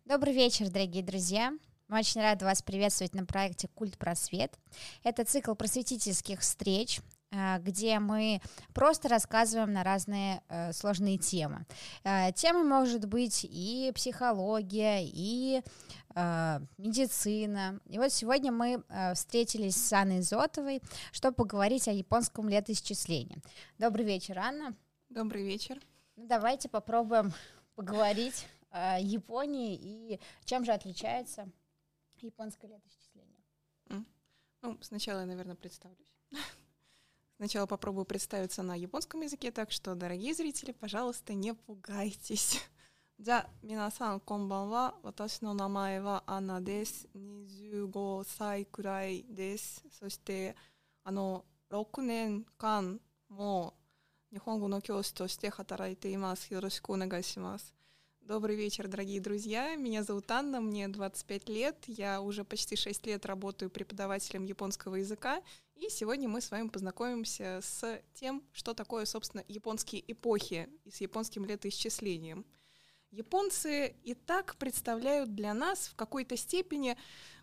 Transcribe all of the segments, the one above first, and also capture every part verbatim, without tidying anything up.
Добрый вечер, дорогие друзья! Мы очень рады вас приветствовать на проекте «Культ Просвет». Это цикл просветительских встреч, где мы просто рассказываем на разные э, сложные темы. Э, темы может быть и психология, и э, медицина. И вот сегодня мы э, встретились с Анной Зотовой, чтобы поговорить о японском летоисчислении. Добрый вечер, Анна. Добрый вечер. Ну, давайте попробуем поговорить о Японии и чем же отличается японское летоисчисление. Mm. Ну, сначала я, наверное, представлюсь. Сначала попробую представиться на японском языке, так что, дорогие зрители, пожалуйста, не пугайтесь. Джа, минасан, конбанва, ваташи но намае ва Анна десу, нижуго сай курай десу, сошите, ано, року нен кан мо нихонго но кёши тошите хатараите имасу. Ёрошику онагай-шимасу. Добрый вечер, дорогие друзья. Меня зовут Анна, мне двадцать пять лет. Я уже почти шесть лет работаю преподавателем японского языка. И сегодня мы с вами познакомимся с тем, что такое, собственно, японские эпохи и с японским летоисчислением. Японцы и так представляют для нас в какой-то степени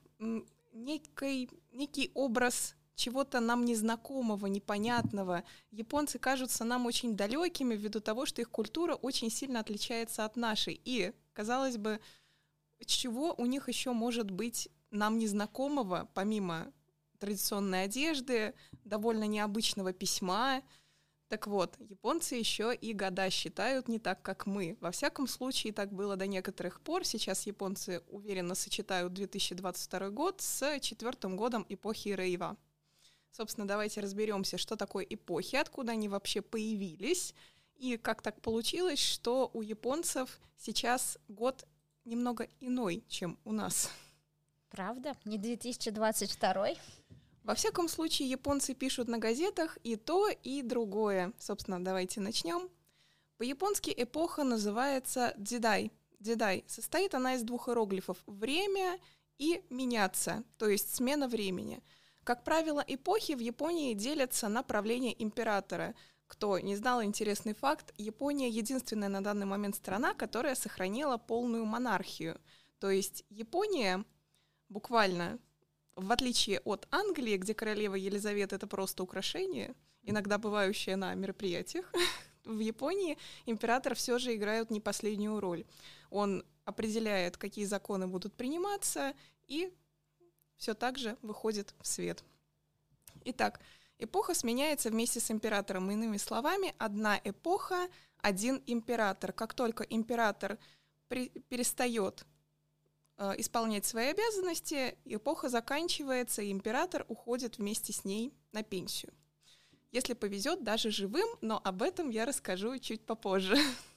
некий, некий образ чего-то нам незнакомого, непонятного. Японцы кажутся нам очень далекими ввиду того, что их культура очень сильно отличается от нашей. И, казалось бы, чего у них еще может быть нам незнакомого, помимо традиционной одежды, довольно необычного письма. Так вот, японцы еще и года считают не так, как мы. Во всяком случае, так было до некоторых пор. Сейчас японцы уверенно сочетают две тысячи двадцать второй год с четвертым годом эпохи Рейва. Собственно, давайте разберемся, что такое эпохи, откуда они вообще появились, и как так получилось, что у японцев сейчас год немного иной, чем у нас. Правда? Не две тысячи двадцать второй? Во всяком случае, японцы пишут на газетах и то, и другое. Собственно, давайте начнем. По-японски эпоха называется дзидай. Дзидай. Состоит она из двух иероглифов «время» и «меняться», то есть смена времени. Как правило, эпохи в Японии делятся на правление императора. Кто не знал интересный факт, Япония единственная на данный момент страна, которая сохранила полную монархию. То есть Япония буквально, в отличие от Англии, где королева Елизавета — это просто украшение, иногда бывающее на мероприятиях, в Японии император все же играет не последнюю роль. Он определяет, какие законы будут приниматься, и все так же выходит в свет. Итак, эпоха сменяется вместе с императором. Иными словами, одна эпоха, один император. Как только император при- перестает э, исполнять свои обязанности, эпоха заканчивается, и император уходит вместе с ней на пенсию. Если повезет, даже живым, но об этом я расскажу чуть попозже.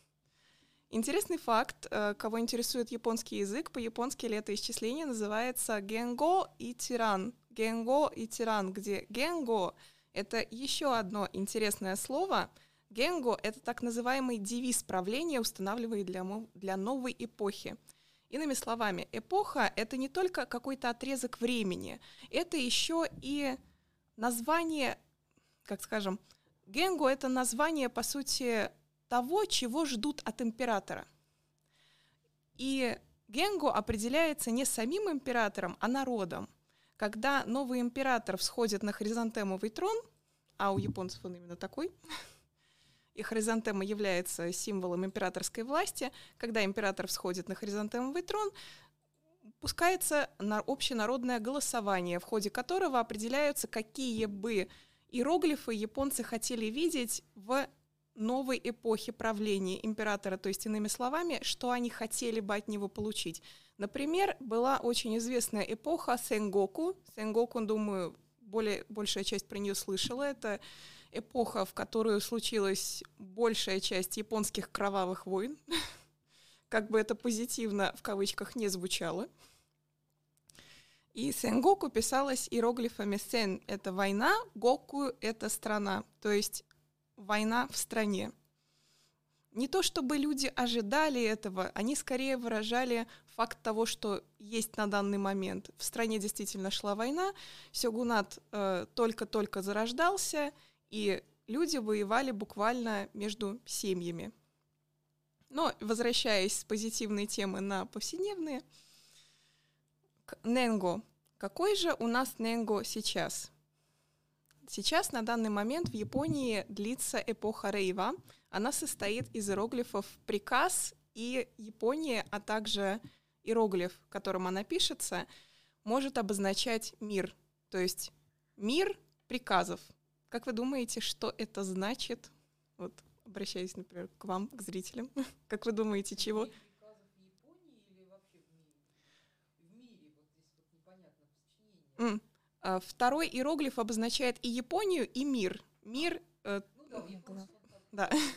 Интересный факт, кого интересует японский язык, по-японски летоисчисление называется генго и тиран. Генго и тиран, где генго — это еще одно интересное слово. Генго — это так называемый девиз правления, устанавливаемый для, для новой эпохи. Иными словами, эпоха — это не только какой-то отрезок времени, это еще и название, как скажем, генго — это название, по сути, того, чего ждут от императора. И генго определяется не самим императором, а народом. Когда новый император всходит на хризантемовый трон, а у японцев он именно такой, и хризантема является символом императорской власти, когда император всходит на хризантемовый трон, пускается на общенародное голосование, в ходе которого определяются, какие бы иероглифы японцы хотели видеть в новой эпохи правления императора, то есть, иными словами, что они хотели бы от него получить. Например, была очень известная эпоха Сэнгоку. Сэнгоку, думаю, более, большая часть про нее слышала. Это эпоха, в которую случилась большая часть японских кровавых войн. Как бы это позитивно в кавычках не звучало. И Сэнгоку писалось иероглифами «сен» — это война, «гоку» — это страна, то есть война в стране. Не то чтобы люди ожидали этого, они скорее выражали факт того, что есть на данный момент. В стране действительно шла война, сёгунат э, только-только зарождался, и люди воевали буквально между семьями. Но, возвращаясь с позитивной темы на повседневные, к ненго. Какой же у нас ненго сейчас? Сейчас, на данный момент, в Японии длится эпоха рейва. Она состоит из иероглифов «приказ» и Япония, а также иероглиф, которым она пишется, может обозначать мир. То есть мир приказов. Как вы думаете, что это значит? Вот, обращаясь, например, к вам, к зрителям. Как вы думаете, чего? Mm. А, второй иероглиф обозначает и Японию, и мир. Мир... Э, ну, да. да.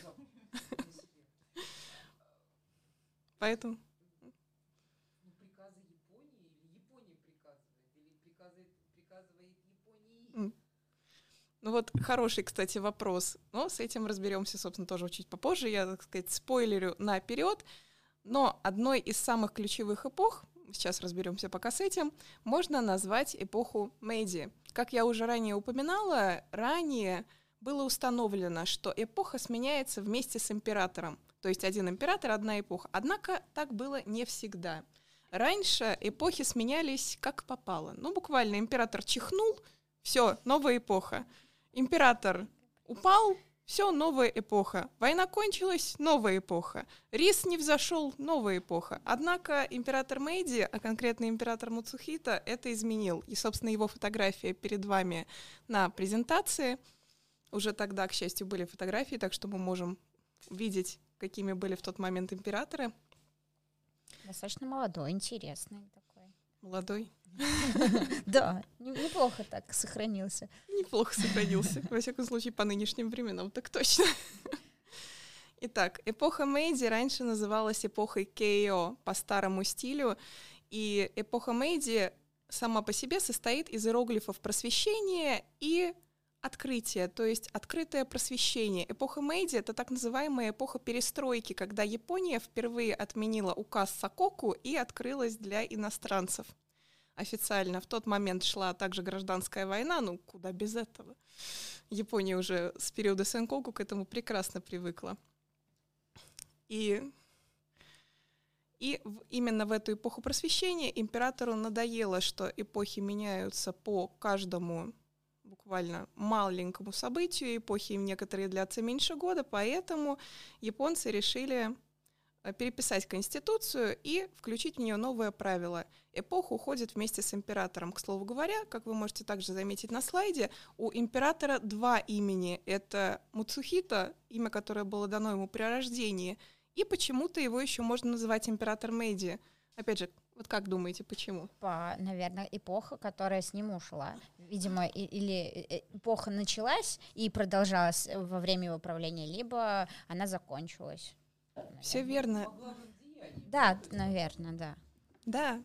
Поэтому... Ну, приказы Японии или Япония приказывает? Или приказы, приказывает Японии? Mm. Ну вот хороший, кстати, вопрос. Но с этим разберемся, собственно, тоже чуть попозже. Я, так сказать, спойлерю наперед. Но одной из самых ключевых эпох, сейчас разберемся пока с этим, можно назвать эпоху Мэйдзи. Как я уже ранее упоминала, ранее было установлено, что эпоха сменяется вместе с императором. То есть один император, одна эпоха. Однако так было не всегда. Раньше эпохи сменялись как попало. Ну, буквально император чихнул, все, новая эпоха. Император упал, все, новая эпоха. Война кончилась, новая эпоха. Рис не взошел, новая эпоха. Однако император Мэйдзи, а конкретно император Муцухита, это изменил. И, собственно, его фотография перед вами на презентации. Уже тогда, к счастью, были фотографии, так что мы можем видеть, какими были в тот момент императоры. Достаточно молодой, интересный такой. Молодой. Да, неплохо так сохранился. Неплохо сохранился, во всяком случае, по нынешним временам, так точно. Итак, эпоха Мэйдзи раньше называлась эпохой Кейо по старому стилю, и эпоха Мэйдзи сама по себе состоит из иероглифов просвещения и открытия, то есть открытое просвещение. Эпоха Мэйдзи — это так называемая эпоха перестройки, когда Япония впервые отменила указ Сококу и открылась для иностранцев. Официально в тот момент шла также гражданская война, ну куда без этого. Япония уже с периода Сенкоку к этому прекрасно привыкла. И, и в, именно в эту эпоху просвещения императору надоело, что эпохи меняются по каждому буквально маленькому событию, эпохи некоторые длятся меньше года, поэтому японцы решили переписать Конституцию и включить в нее новое правило. Эпоха уходит вместе с императором. К слову говоря, как вы можете также заметить на слайде, у императора два имени. Это Муцухита, имя, которое было дано ему при рождении, и почему-то его еще можно называть император Мэйдзи. Опять же, вот как думаете, почему? По, наверное, эпоха, которая с ним ушла. Видимо, и, или эпоха началась и продолжалась во время его правления, либо она закончилась. Наверное. Все верно. Да, наверное, да. Да.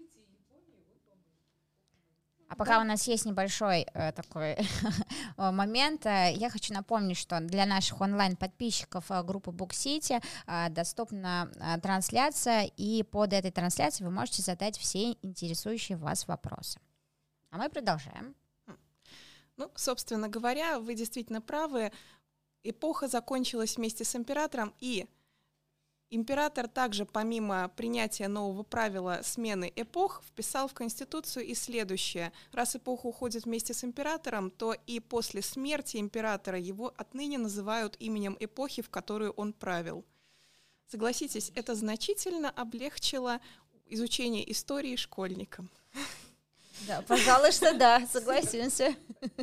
А пока да. у нас есть небольшой э, такой момент, э, я хочу напомнить, что для наших онлайн-подписчиков э, группы Book.City э, доступна э, трансляция, и под этой трансляцией вы можете задать все интересующие вас вопросы. А мы продолжаем. Ну, собственно говоря, вы действительно правы. Эпоха закончилась вместе с императором, и император также, помимо принятия нового правила смены эпох, вписал в Конституцию и следующее. Раз эпоха уходит вместе с императором, то и после смерти императора его отныне называют именем эпохи, в которую он правил. Согласитесь, это значительно облегчило изучение истории школьникам. Да, пожалуй, что да, согласимся.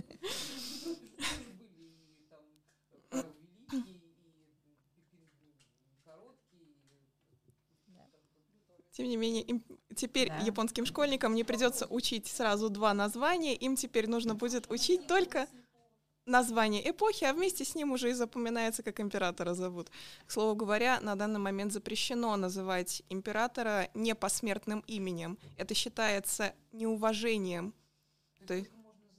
Тем не менее, им, теперь да. японским школьникам не придется учить сразу два названия, им теперь нужно будет учить только название эпохи, а вместе с ним уже и запоминается, как императора зовут. К слову говоря, на данный момент запрещено называть императора не посмертным именем. Это считается неуважением. То есть,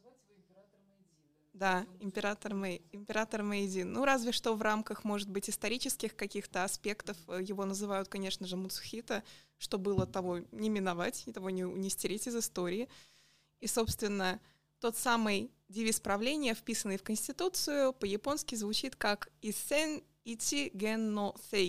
да, император, Мэй, император Мэйдзи. Ну, разве что в рамках, может быть, исторических каких-то аспектов его называют, конечно же, Муцухита, что было, того не миновать, и того не, не стереть из истории. И, собственно, тот самый девиз правления, вписанный в Конституцию, по-японски звучит как «Исен ичи ген но сей».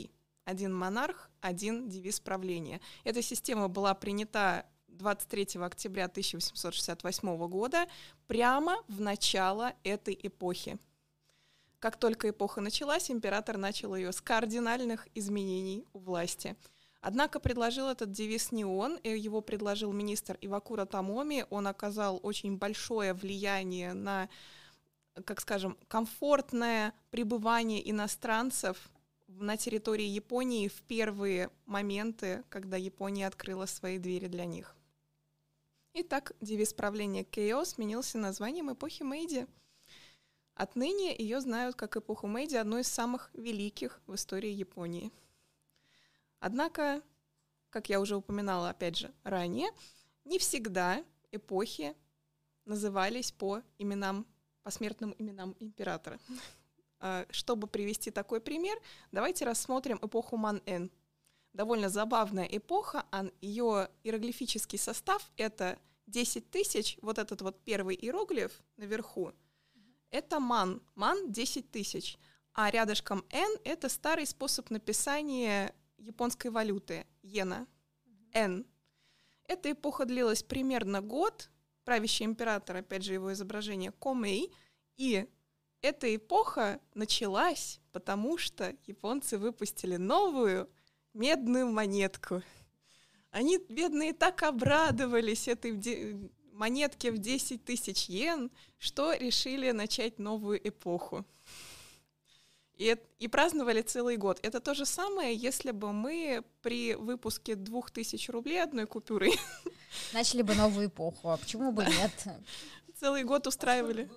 один монарх, один девиз правления. Эта система была принята двадцать третьего октября тысяча восемьсот шестьдесят восьмого года, прямо в начало этой эпохи. Как только эпоха началась, император начал ее с кардинальных изменений у власти. Однако предложил этот девиз не он, его предложил министр Ивакура Томоми. Он оказал очень большое влияние на, как скажем, комфортное пребывание иностранцев на территории Японии в первые моменты, когда Япония открыла свои двери для них. Итак, девиз правления Кейо сменился названием эпохи Мэйдзи. Отныне ее знают как эпоху Мэйдзи, одну из самых великих в истории Японии. Однако, как я уже упоминала, опять же, ранее, не всегда эпохи назывались по именам, посмертным именам императора. Чтобы привести такой пример, давайте рассмотрим эпоху Ман-эн. Довольно забавная эпоха, ее иероглифический состав — это десять тысяч, вот этот вот первый иероглиф наверху, это ман, ман десять тысяч, а рядышком эн — это старый способ написания японской валюты, иена, эн. Эта эпоха длилась примерно год, правящий император, опять же, его изображение Комэй, и эта эпоха началась, потому что японцы выпустили новую медную монетку. Они, бедные, так обрадовались этой де- монетке в десять тысяч йен, что решили начать новую эпоху. И, и праздновали целый год. Это то же самое, если бы мы при выпуске двух тысяч рублей одной купюрой начали бы новую эпоху. А почему бы нет? Целый год устраивали.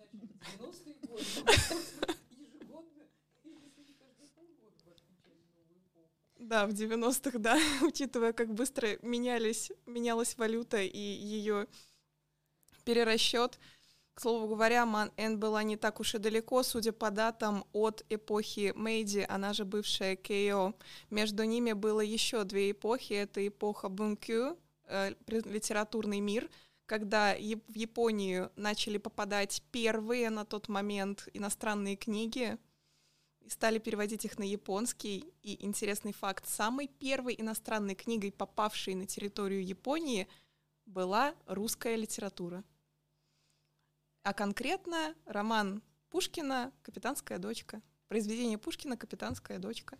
Да, в девяностых, да, учитывая, как быстро менялись, менялась валюта и ее перерасчет. К слову говоря, Ман-эн была не так уж и далеко, судя по датам, от эпохи Мэйдзи, она же бывшая Кейо. Между ними было еще две эпохи. Это эпоха Бункю, э, литературный мир, когда в Японию начали попадать первые на тот момент иностранные книги, и стали переводить их на японский. И интересный факт, самой первой иностранной книгой, попавшей на территорию Японии, была русская литература. А конкретно роман Пушкина «Капитанская дочка». Произведение Пушкина «Капитанская дочка».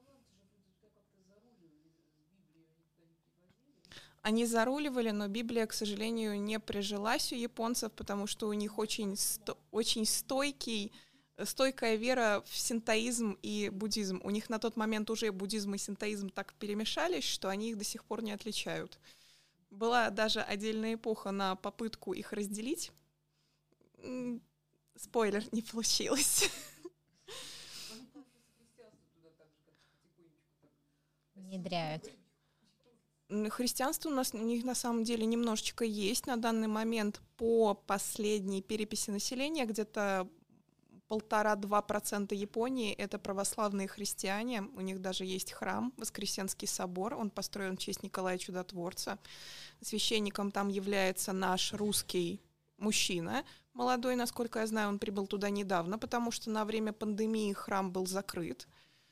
Они заруливали, но Библия, к сожалению, не прижилась у японцев, потому что у них очень, сто- очень стойкий, стойкая вера в синтоизм и буддизм. У них на тот момент уже буддизм и синтоизм так перемешались, что они их до сих пор не отличают. Была даже отдельная эпоха на попытку их разделить. Спойлер, не получилось. Внедряют. Христианство у нас у них на самом деле немножечко есть на данный момент. По последней переписи населения где-то полтора-два процента Японии — это православные христиане. У них даже есть храм, Воскресенский собор. Он построен в честь Николая Чудотворца. Священником там является наш русский мужчина, молодой, насколько я знаю, он прибыл туда недавно, потому что на время пандемии храм был закрыт.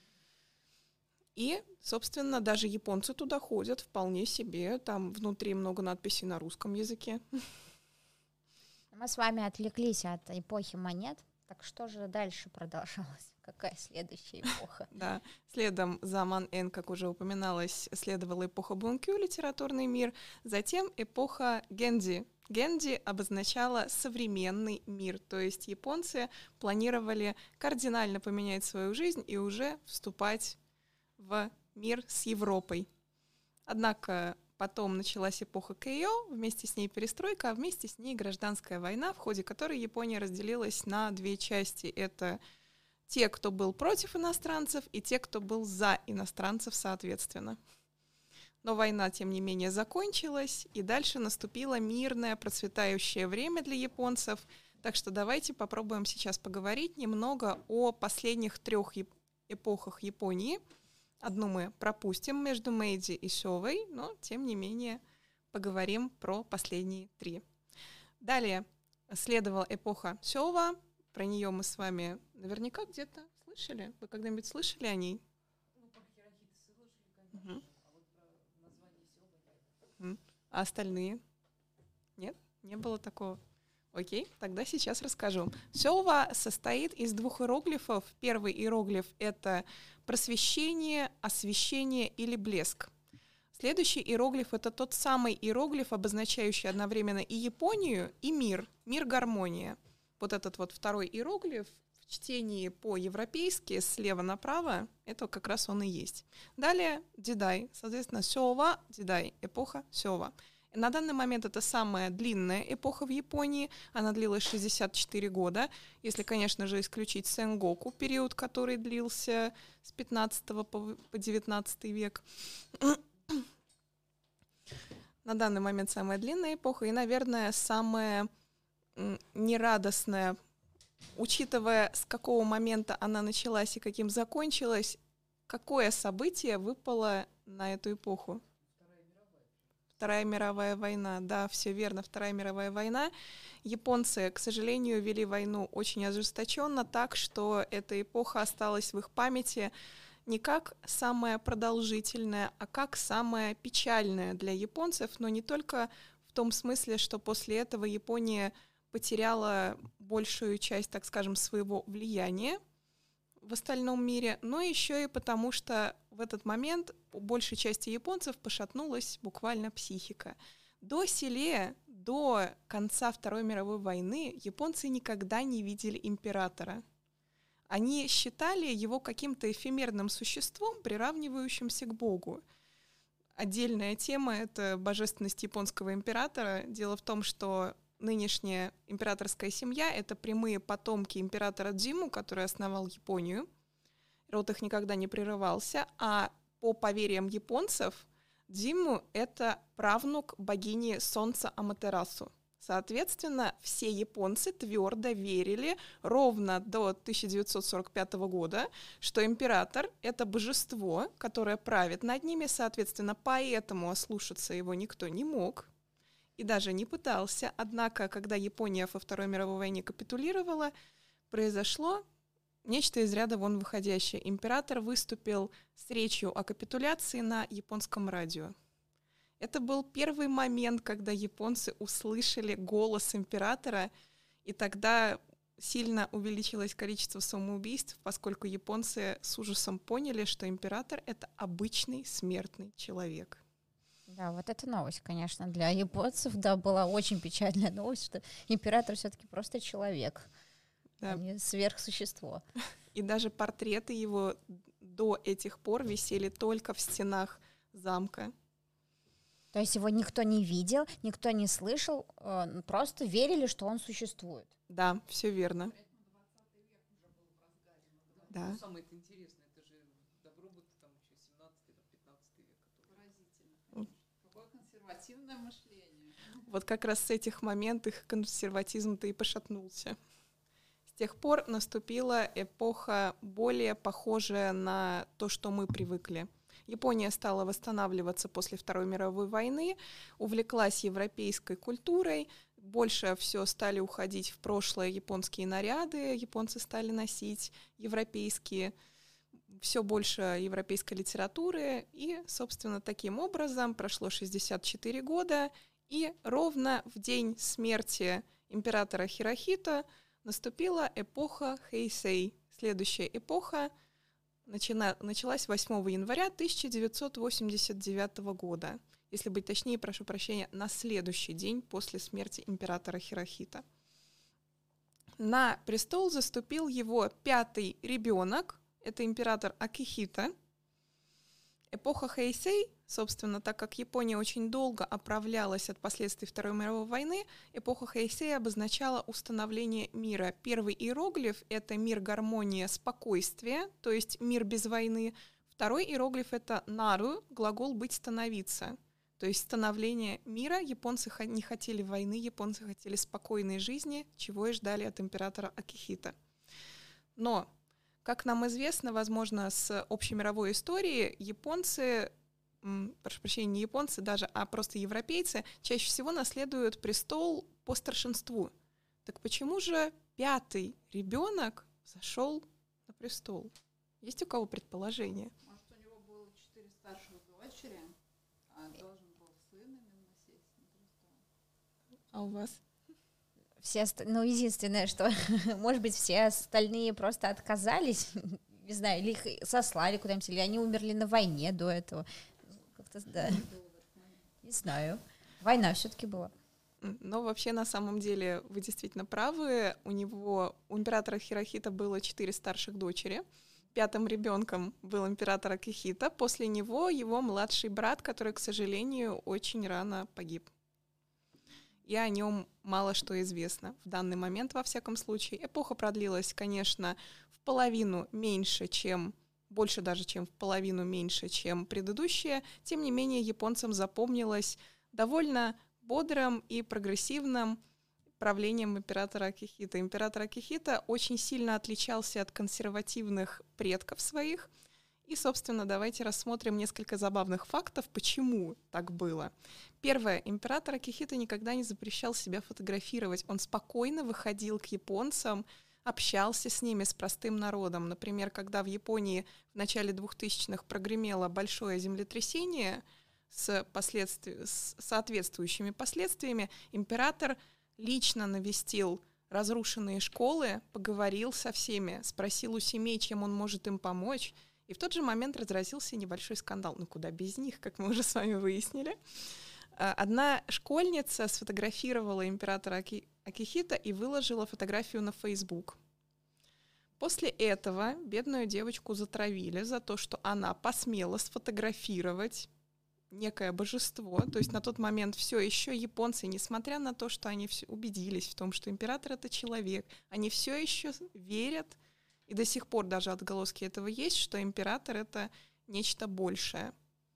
И, собственно, даже японцы туда ходят вполне себе. Там внутри много надписей на русском языке. Мы с вами отвлеклись от эпохи монет. Так что же дальше продолжалось? Какая следующая эпоха? Да, следом за Ман-эн, как уже упоминалось, следовала эпоха Бункю, литературный мир, затем эпоха Генди. Генди обозначала современный мир, то есть японцы планировали кардинально поменять свою жизнь и уже вступать в мир с Европой. Однако потом началась эпоха Кейо, вместе с ней перестройка, а вместе с ней гражданская война, в ходе которой Япония разделилась на две части. Это те, кто был против иностранцев, и те, кто был за иностранцев, соответственно. Но война, тем не менее, закончилась, и дальше наступило мирное, процветающее время для японцев. Так что давайте попробуем сейчас поговорить немного о последних трех эпохах Японии. Одну мы пропустим между Мэйдзи и Сёвой, но, тем не менее, поговорим про последние три. Далее следовала эпоха Сёва. Про нее мы с вами наверняка где-то слышали. Вы когда-нибудь слышали о ней? Ну, про А остальные? Нет, не было такого. Окей, тогда сейчас расскажу. Сёва состоит из двух иероглифов. Первый иероглиф — это просвещение, освещение или блеск. Следующий иероглиф — это тот самый иероглиф, обозначающий одновременно и Японию, и мир, мир гармония. Вот этот вот второй иероглиф в чтении по-европейски слева направо, это как раз он и есть. Далее дзидай, соответственно, сёва, дзидай, эпоха сёва. На данный момент это самая длинная эпоха в Японии, она длилась шестьдесят четыре года, если, конечно же, исключить сэнгоку, период, который длился с пятнадцатого по девятнадцатый век. На данный момент самая длинная эпоха и, наверное, самая нерадостная, учитывая, с какого момента она началась и каким закончилась, какое событие выпало на эту эпоху? Вторая мировая война, да, все верно, Вторая мировая война. Японцы, к сожалению, вели войну очень ожесточенно, так что эта эпоха осталась в их памяти не как самая продолжительная, а как самая печальная для японцев, но не только в том смысле, что после этого Япония потеряла большую часть, так скажем, своего влияния в остальном мире, но еще и потому, что в этот момент у большей части японцев пошатнулась буквально психика. До селе, до конца Второй мировой войны японцы никогда не видели императора. Они считали его каким-то эфемерным существом, приравнивающимся к Богу. Отдельная тема — это божественность японского императора. Дело в том, что нынешняя императорская семья — это прямые потомки императора Дзиму, который основал Японию. Род их никогда не прерывался, а по поверьям японцев Дзиму — это правнук богини солнца Аматерасу. Соответственно, все японцы твердо верили ровно до тысяча девятьсот сорок пятого года, что император — это божество, которое правит над ними, соответственно, поэтому ослушаться его никто не мог и даже не пытался. Однако, когда Япония во Второй мировой войне капитулировала, произошло нечто из ряда вон выходящее. Император выступил с речью о капитуляции на японском радио. Это был первый момент, когда японцы услышали голос императора, и тогда сильно увеличилось количество самоубийств, поскольку японцы с ужасом поняли, что император — это обычный смертный человек. Да, вот эта новость, конечно, для японцев, да, была очень печальная новость, что император все-таки просто человек, да, а не сверхсущество. И даже портреты его до этих пор висели только в стенах замка. То есть его никто не видел, никто не слышал, э, просто верили, что он существует. Да, все верно. Да. Ну, самое интересное, это же добробут там еще семнадцатый-пятнадцатый век. Поразительно. Какое консервативное мышление. Вот как раз с этих моментов их консерватизм-то и пошатнулся. С тех пор наступила эпоха, более похожая на то, что мы привыкли. Япония стала восстанавливаться после Второй мировой войны, увлеклась европейской культурой, больше все стали уходить в прошлое японские наряды, японцы стали носить европейские, все больше европейской литературы, и, собственно, таким образом прошло шестьдесят четыре года, и ровно в день смерти императора Хирохито наступила эпоха Хэйсэй. Следующая эпоха начина, началась восьмого января тысяча девятьсот восемьдесят девятого года. Если быть точнее, прошу прощения, на следующий день после смерти императора Хирохито. На престол заступил его пятый ребенок, это император Акихито. Эпоха Хэйсэй, собственно, так как Япония очень долго оправлялась от последствий Второй мировой войны, эпоха Хэйсэй обозначала установление мира. Первый иероглиф — это мир, гармония, спокойствие, то есть мир без войны. Второй иероглиф — это нару, глагол «быть», «становиться». То есть становление мира. Японцы не хотели войны, японцы хотели спокойной жизни, чего и ждали от императора Акихито. Но, как нам известно, возможно, с общемировой истории, японцы, м, прошу прощения, не японцы даже, а просто европейцы, чаще всего наследуют престол по старшинству. Так почему же пятый ребенок зашел на престол? Есть у кого предположение? Может, у него было четыре старших дочери, а должен был сын именно сесть? А у вас? Все, ост- ну, единственное, что, может быть, все остальные просто отказались, не знаю, или их сослали куда-нибудь, или они умерли на войне до этого. Как-то, да. Не знаю. Война все-таки была. Но вообще, на самом деле, вы действительно правы. У него, у императора Хирохита было четыре старших дочери. Пятым ребенком был император Акихито. После него его младший брат, который, к сожалению, очень рано погиб. И о нем мало что известно в данный момент, во всяком случае. Эпоха продлилась, конечно, в половину меньше, чем, больше даже, чем в половину меньше, чем предыдущая. Тем не менее, японцам запомнилось довольно бодрым и прогрессивным правлением императора Акихито. Император Акихито очень сильно отличался от консервативных предков своих. И, собственно, давайте рассмотрим несколько забавных фактов, почему так было. Первое. Император Акихито никогда не запрещал себя фотографировать. Он спокойно выходил к японцам, общался с ними, с простым народом. Например, когда в Японии в начале двухтысячных прогремело большое землетрясение с, последстви... с соответствующими последствиями, император лично навестил разрушенные школы, поговорил со всеми, спросил у семей, чем он может им помочь. И в тот же момент разразился небольшой скандал. Ну, куда без них, как мы уже с вами выяснили. Одна школьница сфотографировала императора Аки... Акихито и выложила фотографию на Facebook. После этого бедную девочку затравили за то, что она посмела сфотографировать некое божество. То есть на тот момент все еще японцы, несмотря на то, что они все убедились в том, что император — это человек, они все еще верят, и до сих пор даже отголоски этого есть, что император — это нечто большее.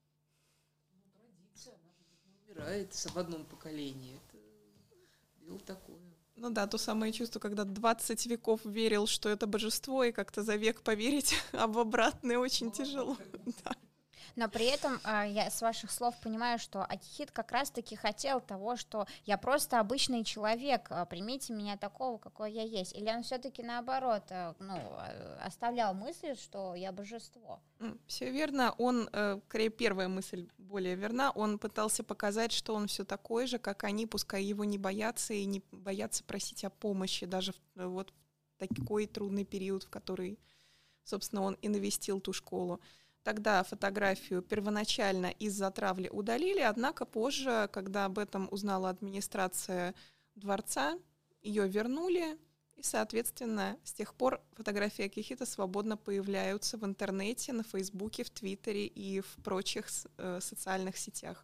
Ну, традиция, она же не умирает в одном поколении. Это дело такое. Ну да, то самое чувство, когда двадцать веков верил, что это божество, и как-то за век поверить, а в обратное очень тяжело. Да. Но при этом а, я с ваших слов понимаю, что Акихито как раз-таки хотел того, что я просто обычный человек, а, примите меня такого, какой я есть. Или он все-таки наоборот, а, ну, а, оставлял мысль, что я божество. Все верно. Он, э, скорее, первая мысль более верна. Он пытался показать, что он все такой же, как они, пускай его не боятся и не боятся просить о помощи, даже в, вот в такой трудный период, в который, собственно, он и навестил ту школу. Тогда фотографию первоначально из-за травли удалили, однако позже, когда об этом узнала администрация дворца, ее вернули, и, соответственно, с тех пор фотографии Акихито свободно появляются в интернете, на Фейсбуке, в Твиттере и в прочих э, социальных сетях.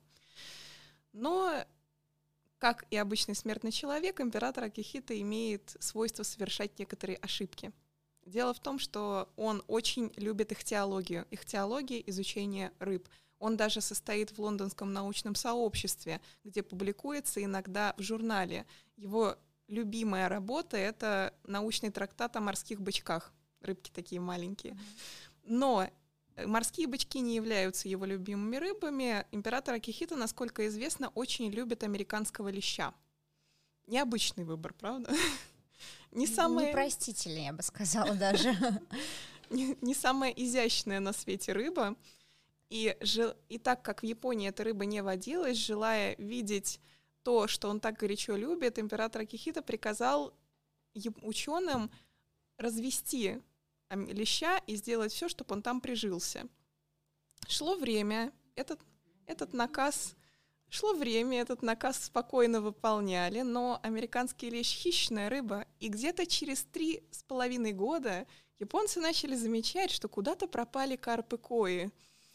Но, как и обычный смертный человек, император Акихито имеет свойство совершать некоторые ошибки. Дело в том, что он очень любит ихтиологию. Ихтиология — изучение рыб. Он даже состоит в лондонском научном сообществе, где публикуется иногда в журнале. Его любимая работа — это научный трактат о морских бычках. Рыбки такие маленькие. Но морские бычки не являются его любимыми рыбами. Император Акихито, насколько известно, очень любит американского леща. Необычный выбор, правда? Не самое... Непростительный, я бы сказала даже. не, не самая изящная на свете рыба. И, жел... и так как в Японии эта рыба не водилась, желая видеть то, что он так горячо любит, император Акихито приказал ученым развести леща и сделать все, чтобы он там прижился. Шло время, этот, этот наказ... Шло время, этот наказ спокойно выполняли, но американский лещ — хищная рыба, и где-то через три с половиной года японцы начали замечать, что куда-то пропали карпы-кои.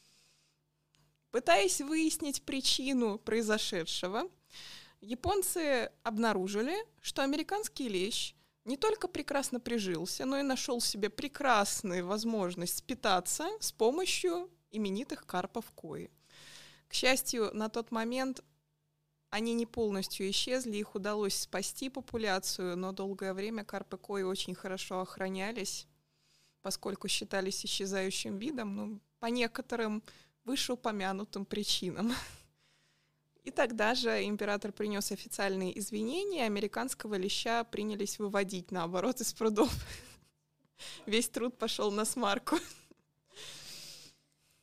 Пытаясь выяснить причину произошедшего, японцы обнаружили, что американский лещ не только прекрасно прижился, но и нашел себе прекрасную возможность питаться с помощью именитых карпов-кои. К счастью, на тот момент они не полностью исчезли, их удалось спасти популяцию, но долгое время карпы-кои очень хорошо охранялись, поскольку считались исчезающим видом, ну, по некоторым вышеупомянутым причинам. И тогда же император принес официальные извинения, американского леща принялись выводить, наоборот, из прудов. Весь труд пошел на смарку.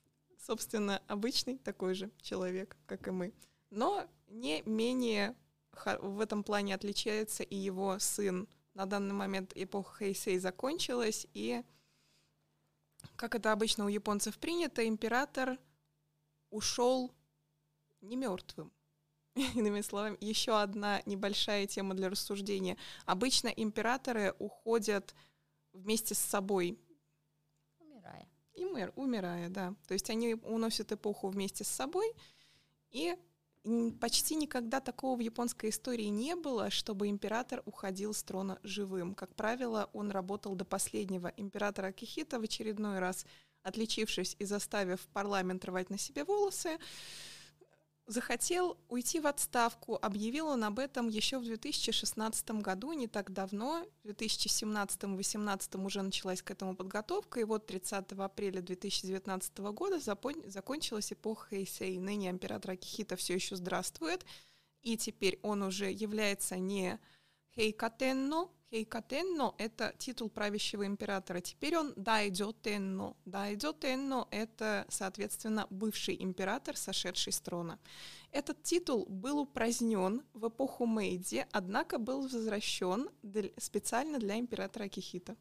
Собственно, обычный такой же человек, как и мы. Но не менее в этом плане отличается и его сын. На данный момент эпоха Хэйсэй закончилась, и, как это обычно у японцев принято, император ушел не мертвым. Иными словами, еще одна небольшая тема для рассуждения. Обычно императоры уходят вместе с собой. Умирая. И мэр, умирая, да. То есть они уносят эпоху вместе с собой, и почти никогда такого в японской истории не было, чтобы император уходил с трона живым. Как правило, он работал до последнего. Император Акихито в очередной раз, отличившись и заставив парламент рвать на себе волосы, захотел уйти в отставку. Объявил он об этом еще в две тысячи шестнадцатом году, не так давно. В две тысячи семнадцатом — две тысячи восемнадцатом уже началась к этому подготовка, и вот тридцатого апреля две тысячи девятнадцатого года запон- закончилась эпоха Хэйсэй. Ныне император Акихито все еще здравствует, и теперь он уже является не Хейкатенно. Хейкатенно — это титул правящего императора. Теперь он Дайдзё-тенно. Дайдзё-тенно — это, соответственно, бывший император, сошедший с трона. Этот титул был упразднен в эпоху Мэйдзи, однако был возвращен для, специально для императора Акихито.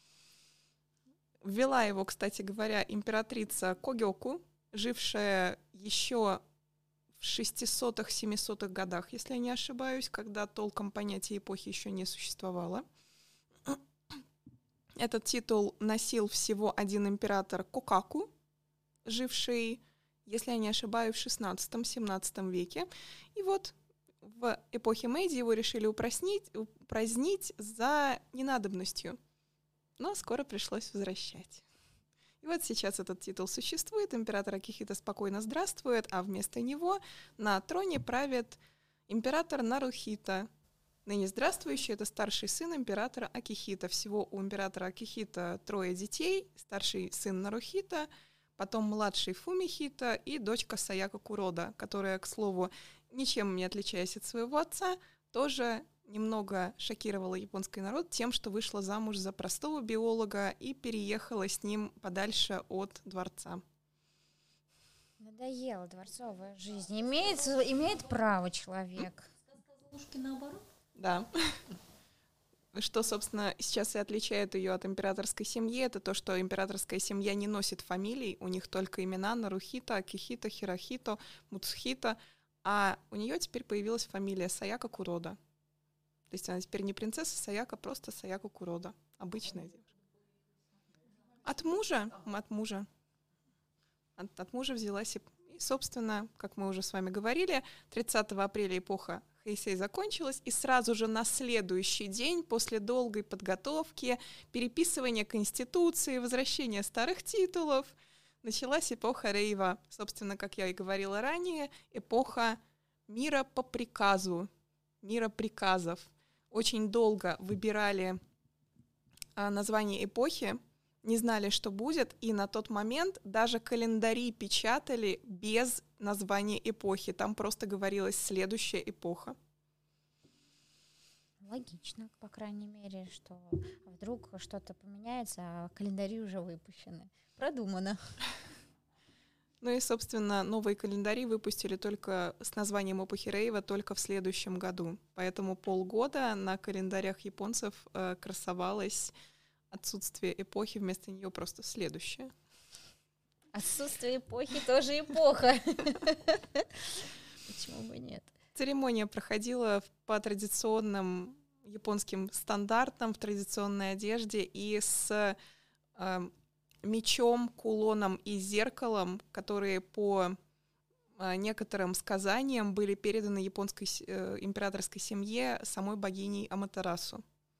Ввела его, кстати говоря, императрица Когёку, жившая еще в шестисотых-семисотых годах, если я не ошибаюсь, когда толком понятия эпохи еще не существовало. Этот титул носил всего один император Кокаку, живший, если я не ошибаюсь, в шестнадцатом-семнадцатом веке. И вот в эпохе Мэйдзи его решили упразднить, упразднить за ненадобностью, но скоро пришлось возвращать. И вот сейчас этот титул существует, император Акихито спокойно здравствует, а вместо него на троне правит император Нарухито. Ныне здравствующий — это старший сын императора Акихито. Всего у императора Акихито трое детей: старший сын Нарухито, потом младший Фумихито и дочка Саяко Курода, которая, к слову, ничем не отличаясь от своего отца, тоже немного шокировала японский народ тем, что вышла замуж за простого биолога и переехала с ним подальше от дворца. Надоела дворцовая жизнь. Имеет, имеет право человек. Сказка наоборот? Да. Что, собственно, сейчас и отличает ее от императорской семьи, это то, что императорская семья не носит фамилий, у них только имена Нарухито, Акихито, Хирохито, Муцухито, а у нее теперь появилась фамилия Саяко Курода. То есть она теперь не принцесса Саяко, просто Саяко Курода. Обычная девушка. От мужа, от мужа. От, от мужа взялась. И, и, собственно, как мы уже с вами говорили, тридцатого апреля эпоха Хэйсэй закончилась, и сразу же на следующий день, после долгой подготовки, переписывания Конституции, возвращения старых титулов, началась эпоха Рейва. Собственно, как я и говорила ранее, эпоха мира по приказу, мира приказов. Очень долго выбирали а, название эпохи, не знали, что будет, и на тот момент даже календари печатали без названия эпохи. Там просто говорилось «следующая эпоха». Логично, по крайней мере, что вдруг что-то поменяется, а календари уже выпущены. Продумано. Ну и, собственно, новые календари выпустили только с названием эпохи Рейва только в следующем году. Поэтому полгода на календарях японцев э, красовалось отсутствие эпохи, вместо нее просто следующее. Отсутствие эпохи тоже эпоха. Почему бы нет? Церемония проходила по традиционным японским стандартам, в традиционной одежде и с э, мечом, кулоном и зеркалом, которые по э, некоторым сказаниям были переданы японской э, императорской семье самой богиней Аматерасу.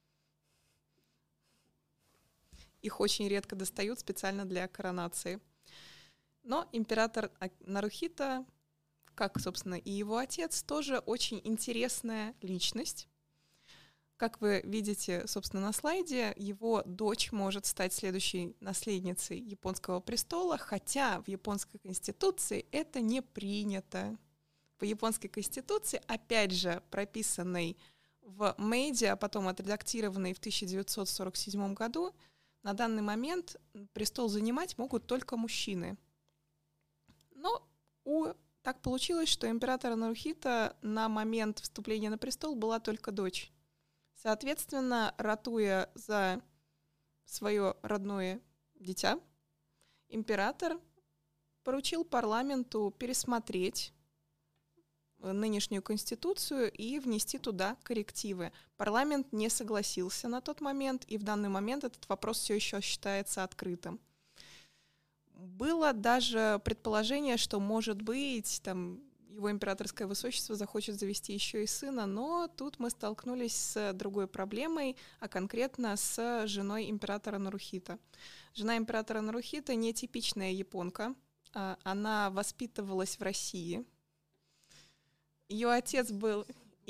Их очень редко достают специально для коронации. Но император Нарухито, как, собственно, и его отец, тоже очень интересная личность. Как вы видите, собственно, на слайде, его дочь может стать следующей наследницей японского престола, хотя в японской конституции это не принято. По японской конституции, опять же, прописанной в Мэйдзи, а потом отредактированной в тысяча девятьсот сорок седьмом году, на данный момент престол занимать могут только мужчины. Но у так получилось, что императора Нарухито на момент вступления на престол была только дочь. Соответственно, ратуя за свое родное дитя, император поручил парламенту пересмотреть нынешнюю конституцию и внести туда коррективы. Парламент не согласился на тот момент, и в данный момент этот вопрос все еще считается открытым. Было даже предположение, что, может быть, там, его императорское высочество захочет завести еще и сына, но тут мы столкнулись с другой проблемой, а конкретно с женой императора Нарухито. Жена императора Нарухито не типичная японка, она воспитывалась в России. Ее отец был...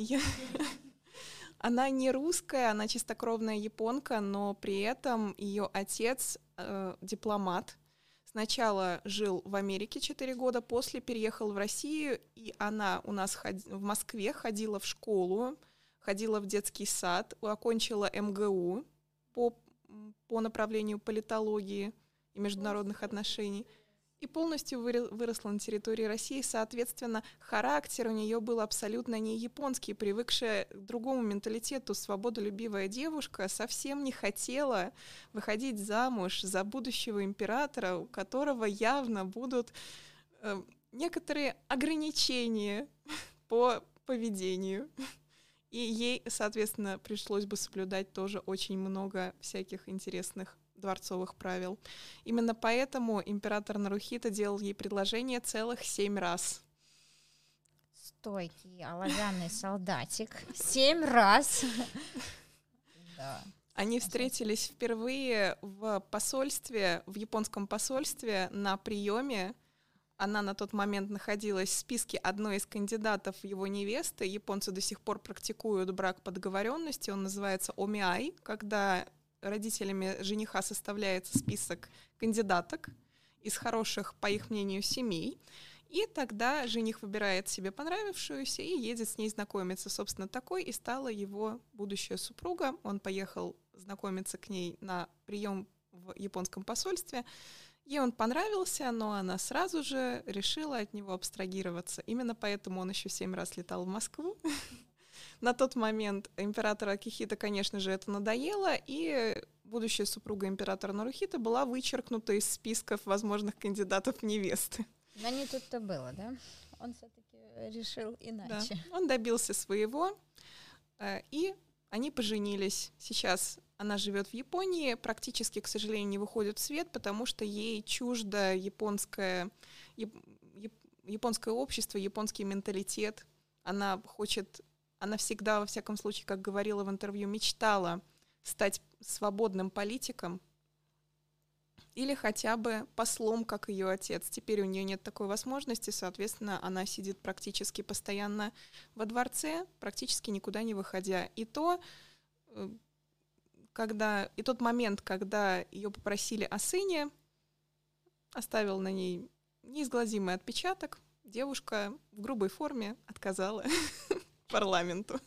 Она не русская, она чистокровная японка, но при этом ее отец э, дипломат. Сначала жил в Америке четыре года, после переехал в Россию, и она у нас ход... в Москве ходила в школу, ходила в детский сад, окончила эм гэ у по, по направлению политологии и международных отношений, и полностью выросла на территории России. Соответственно, характер у нее был абсолютно не японский, привыкшая к другому менталитету, свободолюбивая девушка совсем не хотела выходить замуж за будущего императора, у которого явно будут э, некоторые ограничения по поведению. И ей, соответственно, пришлось бы соблюдать тоже очень много всяких интересных дворцовых правил. Именно поэтому император Нарухито делал ей предложение целых семь раз. Стойкий, оловянный солдатик. Семь раз. Они встретились впервые в посольстве, в японском посольстве на приеме. Она на тот момент находилась в списке одной из кандидатов в его невесты. Японцы до сих пор практикуют брак по договоренности. Он называется омиай, когда родителями жениха составляется список кандидаток из хороших, по их мнению, семей. И тогда жених выбирает себе понравившуюся и едет с ней знакомиться. Собственно, такой и стала его будущая супруга. Он поехал знакомиться к ней на прием в японском посольстве. Ей он понравился, но она сразу же решила от него абстрагироваться. Именно поэтому он еще семь раз летал в Москву. На тот момент императора Акихито, конечно же, это надоело, и будущая супруга императора Нарухито была вычеркнута из списков возможных кандидатов в невесты. Но не тут-то было, да? Он все-таки решил иначе. Да. Он добился своего, и они поженились. Сейчас она живет в Японии, практически, к сожалению, не выходит в свет, потому что ей чуждо японское, японское общество, японский менталитет. Она хочет... Она всегда, во всяком случае, как говорила в интервью, мечтала стать свободным политиком или хотя бы послом, как ее отец. Теперь у нее нет такой возможности, соответственно, она сидит практически постоянно во дворце, практически никуда не выходя. И то, когда, и тот момент, когда ее попросили о сыне, оставил на ней неизгладимый отпечаток. Девушка в грубой форме отказала парламенту.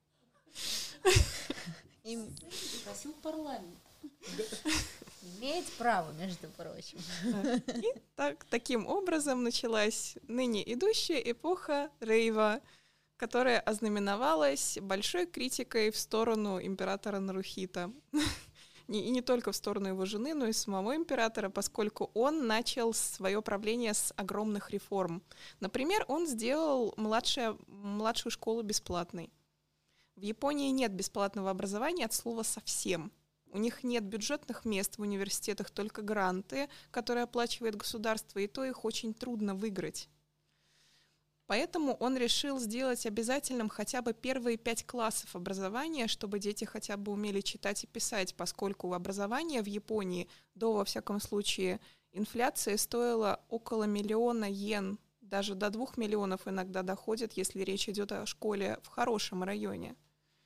Им просил парламент. Имеет право, между прочим. И так, таким образом началась ныне идущая эпоха рейва, которая ознаменовалась большой критикой в сторону императора Нарухито. И не только в сторону его жены, но и самого императора, поскольку он начал свое правление с огромных реформ. Например, он сделал младшую, младшую школу бесплатной. В Японии нет бесплатного образования от слова «совсем». У них нет бюджетных мест в университетах, только гранты, которые оплачивает государство, и то их очень трудно выиграть. Поэтому он решил сделать обязательным хотя бы первые пять классов образования, чтобы дети хотя бы умели читать и писать, поскольку образование в Японии до, во всяком случае, инфляции стоило около миллиона йен, даже до двух миллионов иногда доходит, если речь идет о школе в хорошем районе.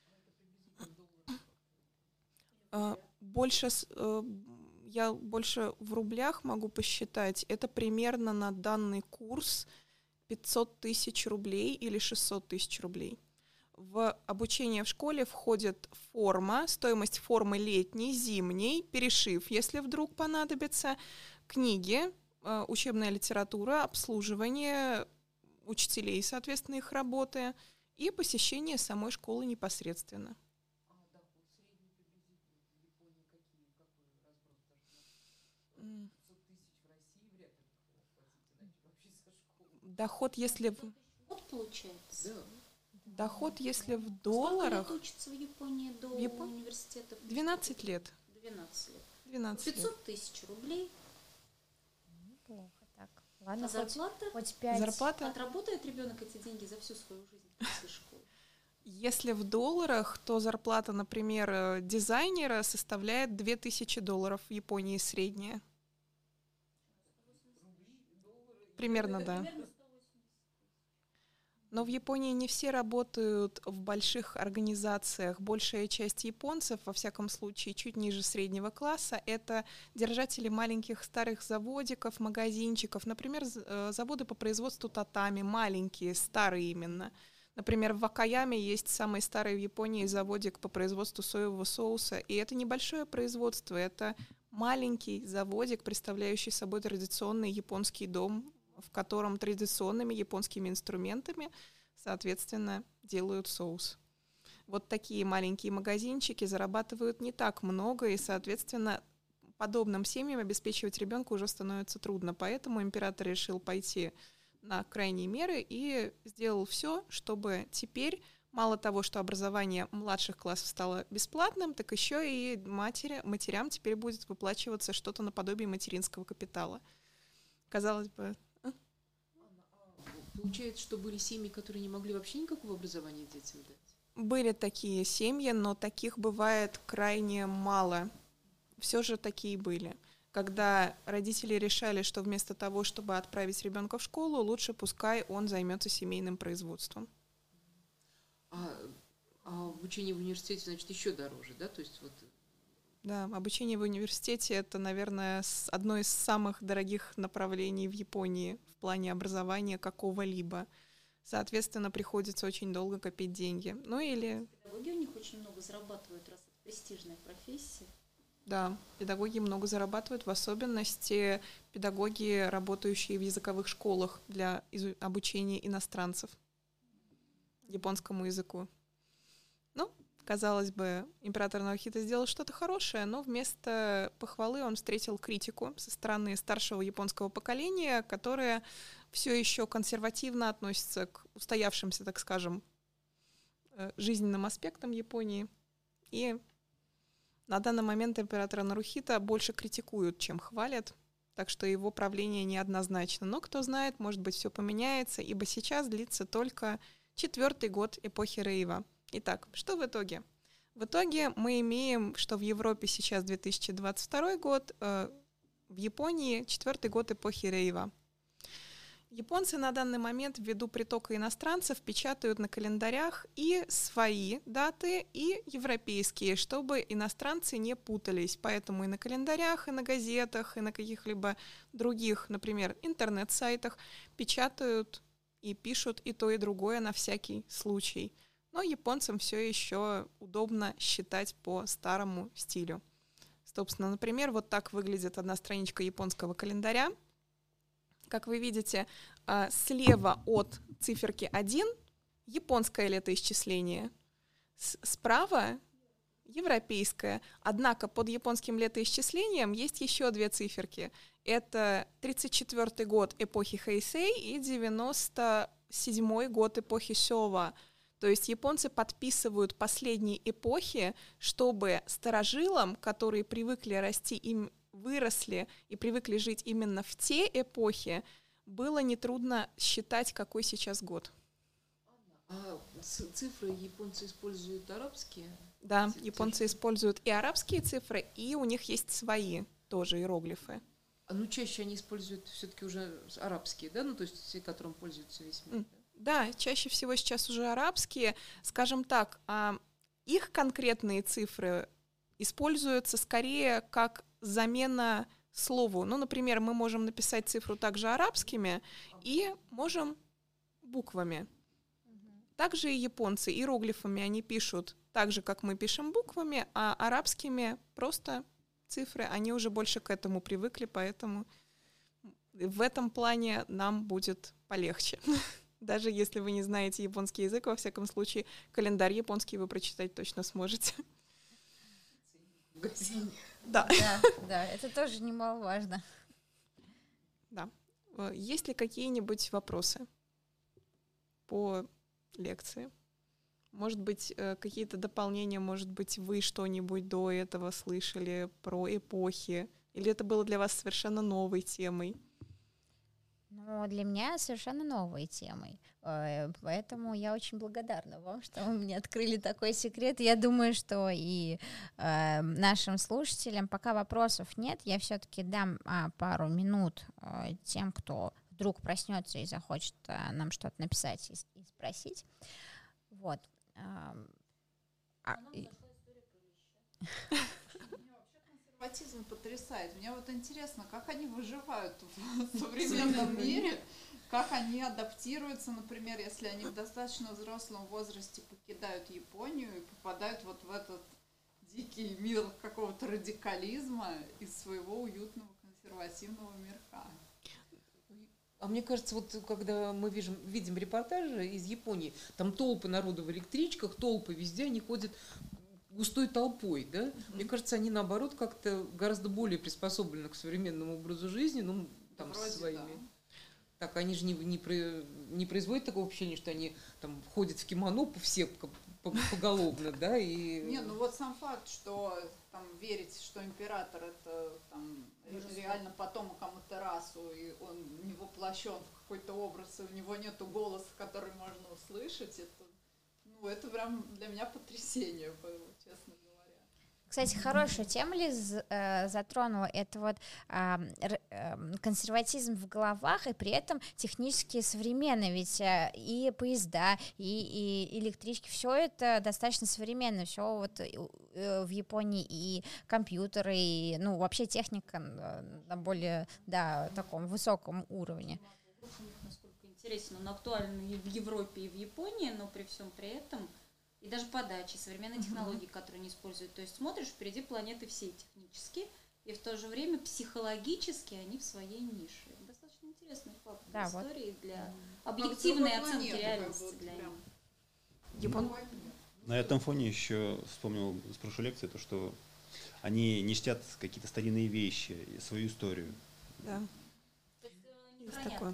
Больше, я больше в рублях могу посчитать, это примерно на данный курс пятьсот тысяч рублей или шестьсот тысяч рублей. В обучение в школе входит форма, стоимость формы летней, зимней, перешив, если вдруг понадобится, книги, учебная литература, обслуживание учителей, соответственно, их работы, и посещение самой школы непосредственно. А доход средний приблизительно в Японии какие, какой разброс даже? пятьсот тысяч в России вряд ли хватит иначе вообще со школы. Доход, если в, Вот получается. Да. доход, если в Сколько долларах, лет учится в Японии до В Япон- университета? двенадцать лет. двенадцать лет. двенадцать лет. пятьсот тысяч рублей. Плохо так. Ладно, А хоть, зарплата? хоть пять. Зарплата, Отработает ребенок эти деньги за всю свою жизнь после школы? если в долларах, то зарплата, например, э, дизайнера составляет две тысячи долларов в Японии средняя. Примерно, да. Но в Японии не все работают в больших организациях. Большая часть японцев, во всяком случае, чуть ниже среднего класса, это держатели маленьких старых заводиков, магазинчиков. Например, з- э, заводы по производству татами, маленькие, старые именно. Например, в Вакаяме есть самый старый в Японии заводик по производству соевого соуса. И это небольшое производство, это маленький заводик, представляющий собой традиционный японский дом, в котором традиционными японскими инструментами, соответственно, делают соус. Вот такие маленькие магазинчики зарабатывают не так много, и, соответственно, подобным семьям обеспечивать ребенка уже становится трудно. Поэтому император решил пойти на крайние меры и сделал все, чтобы теперь мало того, что образование младших классов стало бесплатным, так еще и матери, матерям теперь будет выплачиваться что-то наподобие материнского капитала. Казалось бы, Получается, что были семьи, которые не могли вообще никакого образования детям дать. были такие семьи, но таких бывает крайне мало. Все же такие были. Когда родители решали, что вместо того, чтобы отправить ребенка в школу, лучше пускай он займется семейным производством. А, а обучение в университете, значит, еще дороже, да? То есть вот Да, обучение в университете — это, наверное, с- одно из самых дорогих направлений в Японии в плане образования какого-либо. Соответственно, приходится очень долго копить деньги. Ну или, Педагоги у них очень много зарабатывают, раз это престижная профессия. да, педагоги много зарабатывают, в особенности педагоги, работающие в языковых школах для изу- обучения иностранцев японскому языку. Ну, казалось бы, император Нарухито сделал что-то хорошее, но вместо похвалы он встретил критику со стороны старшего японского поколения, которое все еще консервативно относится к устоявшимся, так скажем, э, жизненным аспектам Японии. И на данный момент императора Нарухито больше критикуют, чем хвалят, так что его правление неоднозначно. Но кто знает, может быть, все поменяется, ибо сейчас длится только четвертый год эпохи Рейва. Итак, что в итоге? В итоге мы имеем, что в Европе сейчас две тысячи двадцать второй год, э, в Японии четвертый год эпохи Рейва. Японцы на данный момент ввиду притока иностранцев печатают на календарях и свои даты, и европейские, чтобы иностранцы не путались. Поэтому и на календарях, и на газетах, и на каких-либо других, например, интернет-сайтах печатают и пишут и то, и другое на всякий случай. Но японцам все еще удобно считать по старому стилю. Собственно, например, вот так выглядит одна страничка японского календаря. Как вы видите, а, слева от циферки один японское летоисчисление, с- справа европейское. Однако под японским летоисчислением есть еще две циферки. Это тридцать четвёртый год эпохи Хэйсэй и девяносто седьмой год эпохи Сёва. То есть японцы подписывают последние эпохи, чтобы старожилам, которые привыкли расти им, выросли и привыкли жить именно в те эпохи, было нетрудно считать, какой сейчас год. а ц- цифры японцы используют арабские? Да, Ц- японцы используют и арабские цифры, и у них есть свои тоже иероглифы. А ну чаще они используют все-таки уже арабские, да? Ну то есть те, которым пользуется весь мир. М. Да? Да, чаще всего сейчас уже арабские. Скажем так, а, их конкретные цифры используются скорее как замена слову. Ну, например, мы можем написать цифру также арабскими и можем буквами. Также и японцы иероглифами они пишут так же, как мы пишем буквами, а арабскими просто цифры. Они уже больше к этому привыкли, поэтому в этом плане нам будет полегче. Даже если вы не знаете японский язык, во всяком случае, календарь японский вы прочитать точно сможете. Да. Да, да, это тоже немаловажно. Да. Есть ли какие-нибудь вопросы по лекции? Может быть, какие-то дополнения, может быть, вы что-нибудь до этого слышали про эпохи? Или это было для вас совершенно новой темой? Ну, для меня совершенно новой темой. Поэтому я очень благодарна вам, что вы мне открыли такой секрет. Я думаю, что и э, нашим слушателям, пока вопросов нет, я все-таки дам а, пару минут э, тем, кто вдруг проснется и захочет а, нам что-то написать и, и спросить. Вот. А, а, Консерватизм потрясает. Мне вот интересно, как они выживают в современном мире, как они адаптируются, например, если они в достаточно взрослом возрасте покидают Японию и попадают вот в этот дикий мир какого-то радикализма из своего уютного консервативного мирка. А мне кажется, вот когда мы видим, видим репортажи из Японии, там толпы народу в электричках, толпы везде, они ходят густой толпой, да? Mm-hmm. Мне кажется, они, наоборот, как-то гораздо более приспособлены к современному образу жизни, ну, там, Вроде со своими... Да. Так, они же не, не, не производят такого впечатления, что они там ходят в кимоно все поголовно, да? И... Не, ну вот сам факт, что там верить, что император это там реально потомок Аматерасу, и он не воплощен в какой-то образ, и у него нету голоса, который можно услышать, это, ну, это прям для меня потрясение было, честно говоря. Кстати, хорошую тему Лиз э, затронула, это вот э, э, консерватизм в головах, и при этом технически современно, ведь э, и поезда, и, и электрички, все это достаточно современно, все вот э, в Японии и компьютеры, и, ну, вообще техника на более, да, таком высоком уровне. Насколько интересен, он актуален и в Европе, и в Японии, но при всем при этом и даже подачи, современные технологии, uh-huh. которые они используют. То есть смотришь, впереди планеты все технически, и в то же время психологически они в своей нише. Достаточно интересный факт для да, истории, вот. Для uh-huh. объективной оценки планеты, реальности для них. Япон... На этом фоне еще вспомнил с прошлой лекции то, что они не чтят какие-то старинные вещи, свою историю. Да, есть такое.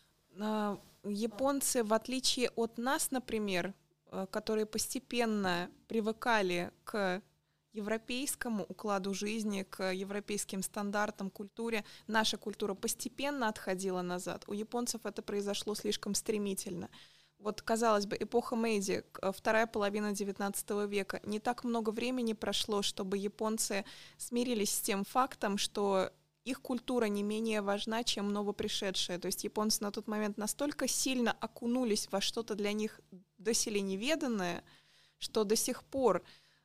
Японцы, в отличие от нас, например, которые постепенно привыкали к европейскому укладу жизни, к европейским стандартам, культуре, наша культура постепенно отходила назад. У японцев это произошло слишком стремительно. Вот, казалось бы, эпоха Мэйдзи, вторая половина девятнадцатого века, не так много времени прошло, чтобы японцы смирились с тем фактом, что их культура не менее важна, чем новопришедшая. То есть японцы на тот момент настолько сильно окунулись во что-то для них доселе неведанное, что до сих пор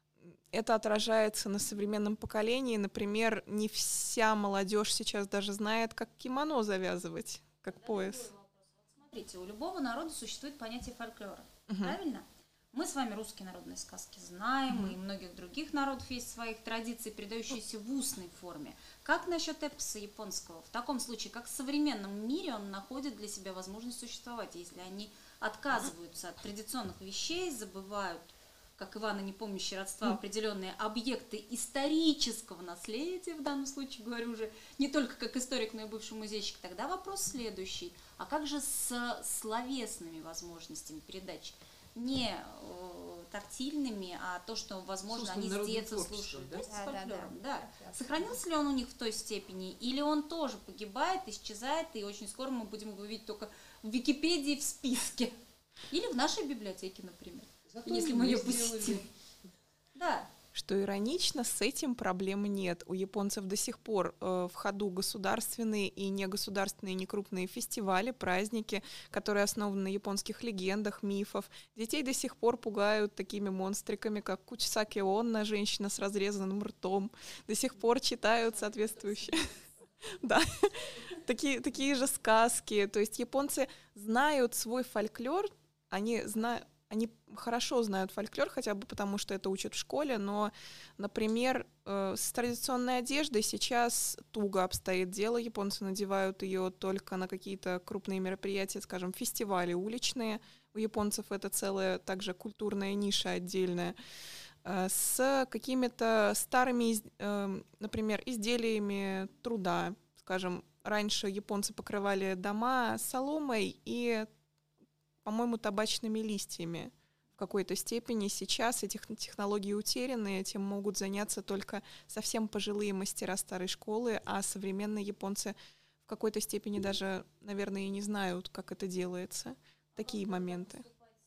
это отражается на современном поколении. Например, не вся молодежь сейчас даже знает, как кимоно завязывать, как да, пояс. Смотрите, у любого народа существует понятие фольклора, uh-huh. правильно? Мы с вами русские народные сказки знаем, mm-hmm. и многих других народов есть своих традиций, передающиеся в устной форме. Как насчет эпоса японского? В таком случае, как в современном мире он находит для себя возможность существовать, если они отказываются от традиционных вещей, забывают, как Ивана непомнящий родства, mm-hmm. определенные объекты исторического наследия, в данном случае говорю уже не только как историк, но и бывший музейщик, тогда вопрос следующий. А как же с словесными возможностями передачи? Не э, тактильными, а то, что, возможно, они с детства слушают. Да? Да, да, да, да. Сохранился ли он у них в той степени, или он тоже погибает, исчезает, и очень скоро мы будем его видеть только в Википедии в списке. Или в нашей библиотеке, например. Зато если мы ее посетим. Да. Что иронично, с этим проблем нет. У японцев до сих пор э, в ходу государственные и негосударственные некрупные фестивали, праздники, которые основаны на японских легендах, мифах. Детей до сих пор пугают такими монстриками, как Кучисаки Онна, женщина с разрезанным ртом. До сих пор читают соответствующие... Да, такие, такие же сказки. То есть японцы знают свой фольклор, они знают... они хорошо знают фольклор, хотя бы потому, что это учат в школе, но, например, э, с традиционной одеждой сейчас туго обстоит дело. Японцы надевают ее только на какие-то крупные мероприятия, скажем, фестивали уличные. У японцев это целая также культурная ниша отдельная. Э, с какими-то старыми, из- э, например, изделиями труда. Скажем, раньше японцы покрывали дома соломой и, по-моему, табачными листьями в какой-то степени. Сейчас эти тех- технологии утеряны, этим могут заняться только совсем пожилые мастера старой школы, а современные японцы в какой-то степени даже, наверное, и не знают, как это делается. Такие моменты.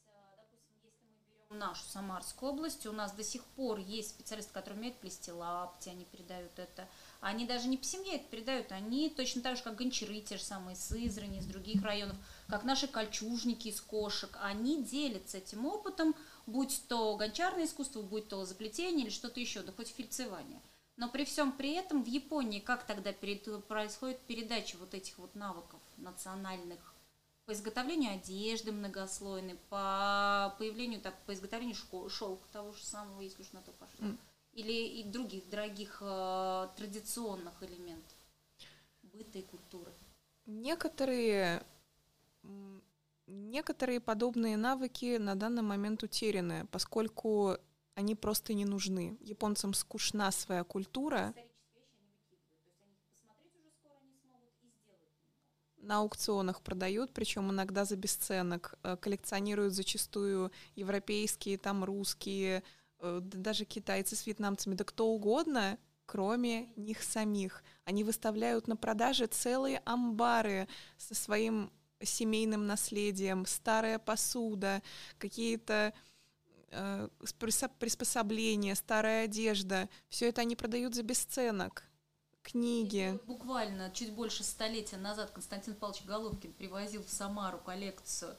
Нашу Самарскую область, у нас до сих пор есть специалисты, которые умеют плести лапти, они передают это. Они даже не по семье это передают, они точно так же, как гончары, те же самые из Сызрани, из других районов, как наши кольчужники из кошек, они делятся этим опытом, будь то гончарное искусство, будь то заплетение или что-то еще, да хоть фельдцевание. Но при всем при этом в Японии как тогда перед, происходит передача вот этих вот навыков национальных по изготовлению одежды многослойной, по появлению, так, по изготовлению шелка того же самого, если уж на то пошло, mm. или и других дорогих э, традиционных элементов быта и культуры. Некоторые, некоторые подобные навыки на данный момент утеряны, поскольку они просто не нужны. Японцам скучна своя культура. На аукционах продают, причем иногда за бесценок, коллекционируют зачастую европейские, там русские, даже китайцы с вьетнамцами, да кто угодно, кроме них самих. Они выставляют на продаже целые амбары со своим семейным наследием, старая посуда, какие-то э, приспособления, старая одежда. Все это они продают за бесценок. Книги. Буквально чуть больше столетия назад Константин Павлович Головкин привозил в Самару коллекцию,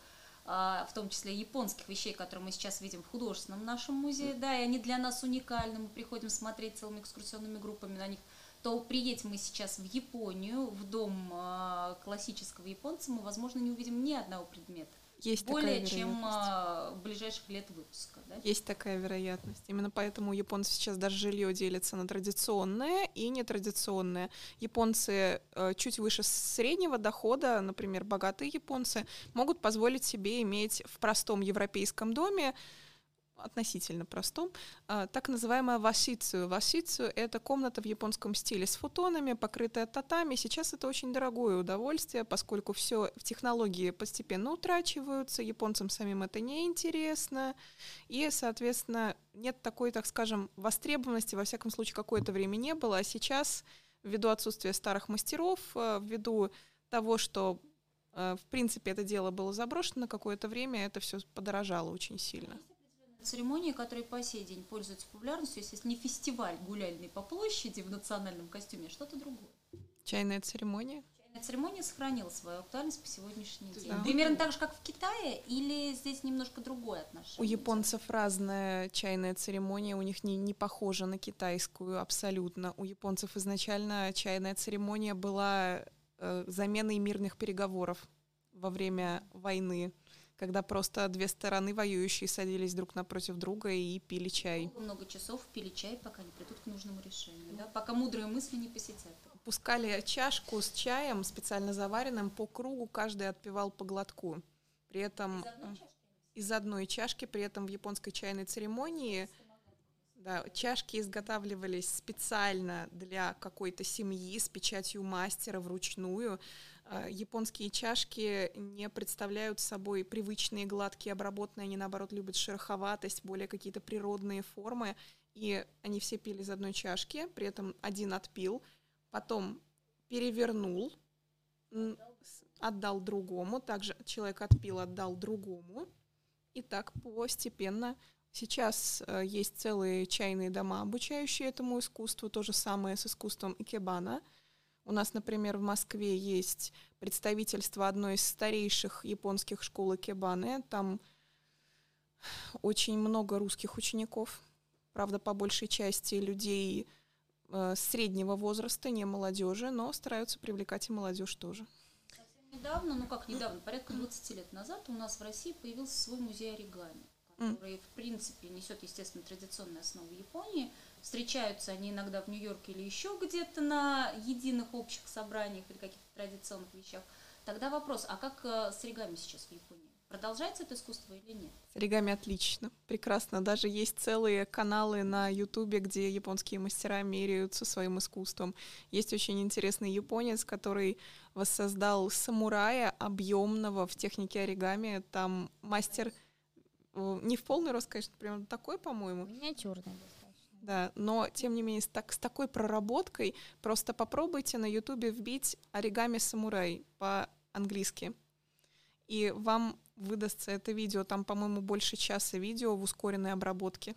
в том числе японских вещей, которые мы сейчас видим в художественном нашем музее, да, и они для нас уникальны, мы приходим смотреть целыми экскурсионными группами на них, то приедем мы сейчас в Японию, в дом классического японца, мы, возможно, не увидим ни одного предмета. Есть более чем в ближайших лет выпуска. Да? Есть такая вероятность. Именно поэтому у японцев сейчас даже жилье делится на традиционное и нетрадиционное. Японцы э, чуть выше среднего дохода, например, богатые японцы, могут позволить себе иметь в простом европейском доме, относительно простом, э, так называемую васицию. Васицию — это комната в японском стиле с футонами, покрытая татами. Сейчас это очень дорогое удовольствие, поскольку все в технологии постепенно утрачиваются, японцам самим это неинтересно, и, соответственно, нет такой, так скажем, востребованности, во всяком случае, какое-то время не было, а сейчас, ввиду отсутствия старых мастеров, э, ввиду того, что, э, в принципе, это дело было заброшено на какое-то время, это все подорожало очень сильно. Церемонии, которые по сей день пользуются популярностью, если не фестиваль гуляльный по площади в национальном костюме, а что-то другое. Чайная церемония? Чайная церемония сохранила свою актуальность по сегодняшний день. Да. Примерно так же, как в Китае, или здесь немножко другое отношение? У японцев разная чайная церемония, у них не, не похожа на китайскую абсолютно. У японцев изначально чайная церемония была э, заменой мирных переговоров во время войны, когда просто две стороны воюющие садились друг напротив друга и пили чай. Много часов пили чай, пока не придут к нужному решению, да? Пока мудрые мысли не посетят. Пускали чашку с чаем, специально заваренным, по кругу, каждый отпивал по глотку. При этом из одной чашки, из одной чашки при этом в японской чайной церемонии да, чашки изготавливались специально для какой-то семьи с печатью мастера вручную. Японские чашки не представляют собой привычные гладкие обработанные, они наоборот любят шероховатость, более какие-то природные формы, и они все пили из одной чашки, при этом один отпил, потом перевернул, отдал другому, также человек отпил, отдал другому, и так постепенно. Сейчас э, есть целые чайные дома, обучающие этому искусству, то же самое с искусством икебана. У нас, например, в Москве есть представительство одной из старейших японских школ икебаны. Там очень много русских учеников, правда, по большей части людей э, среднего возраста, не молодежи, но стараются привлекать и молодежь тоже. Совсем недавно, ну как недавно, порядка двадцати лет назад у нас в России появился свой музей оригами. который, в принципе, несет, естественно, традиционные основы Японии. Встречаются они иногда в Нью-Йорке или еще где-то на единых общих собраниях или каких-то традиционных вещах. Тогда вопрос, а как с оригами сейчас в Японии? Продолжается это искусство или нет? С оригами отлично, прекрасно. Даже есть целые каналы на Ютубе, где японские мастера меряются своим искусством. Есть очень интересный японец, который воссоздал самурая объемного в технике оригами. Там мастер не в полный рост, конечно, прям такой, по-моему. Миниатюрный достаточно. Да, но тем не менее с, так, с такой проработкой просто попробуйте на Ютубе вбить оригами самурай по-английски. И вам выдастся это видео, там, по-моему, больше часа видео в ускоренной обработке.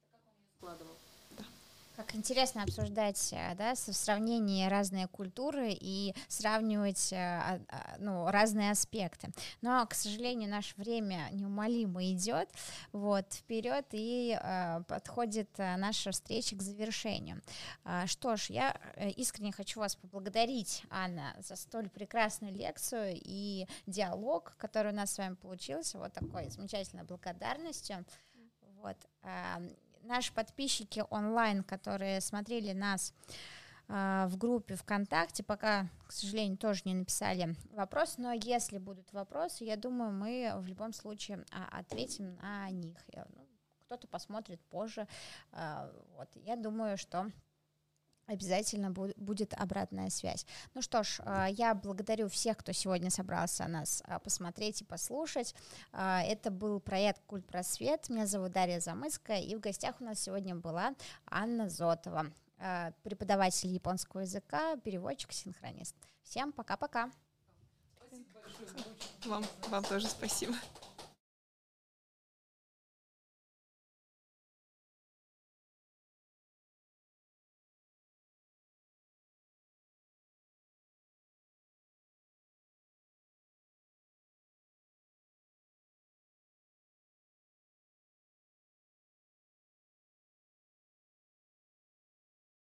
Как интересно обсуждать, да, в сравнении разные культуры и сравнивать, ну, разные аспекты. Но, к сожалению, наше время неумолимо идет вот, вперед, и э, подходит наша встреча к завершению. А, что ж, я искренне хочу вас поблагодарить, Анна, за столь прекрасную лекцию и диалог, который у нас с вами получился, вот такой замечательной благодарностью. Вот. Наши подписчики онлайн, которые смотрели нас э, в группе ВКонтакте, пока, к сожалению, тоже не написали вопрос, но если будут вопросы, я думаю, мы в любом случае а, ответим на них. Я, ну, кто-то посмотрит позже. Э, вот. Я думаю, что обязательно будет обратная связь. Ну что ж, я благодарю всех, кто сегодня собрался нас посмотреть и послушать. Это был проект «Культпросвет». Меня зовут Дарья Замыцкая, и в гостях у нас сегодня была Анна Зотова, преподаватель японского языка, переводчик, синхронист. Всем пока-пока. Вам, вам тоже спасибо.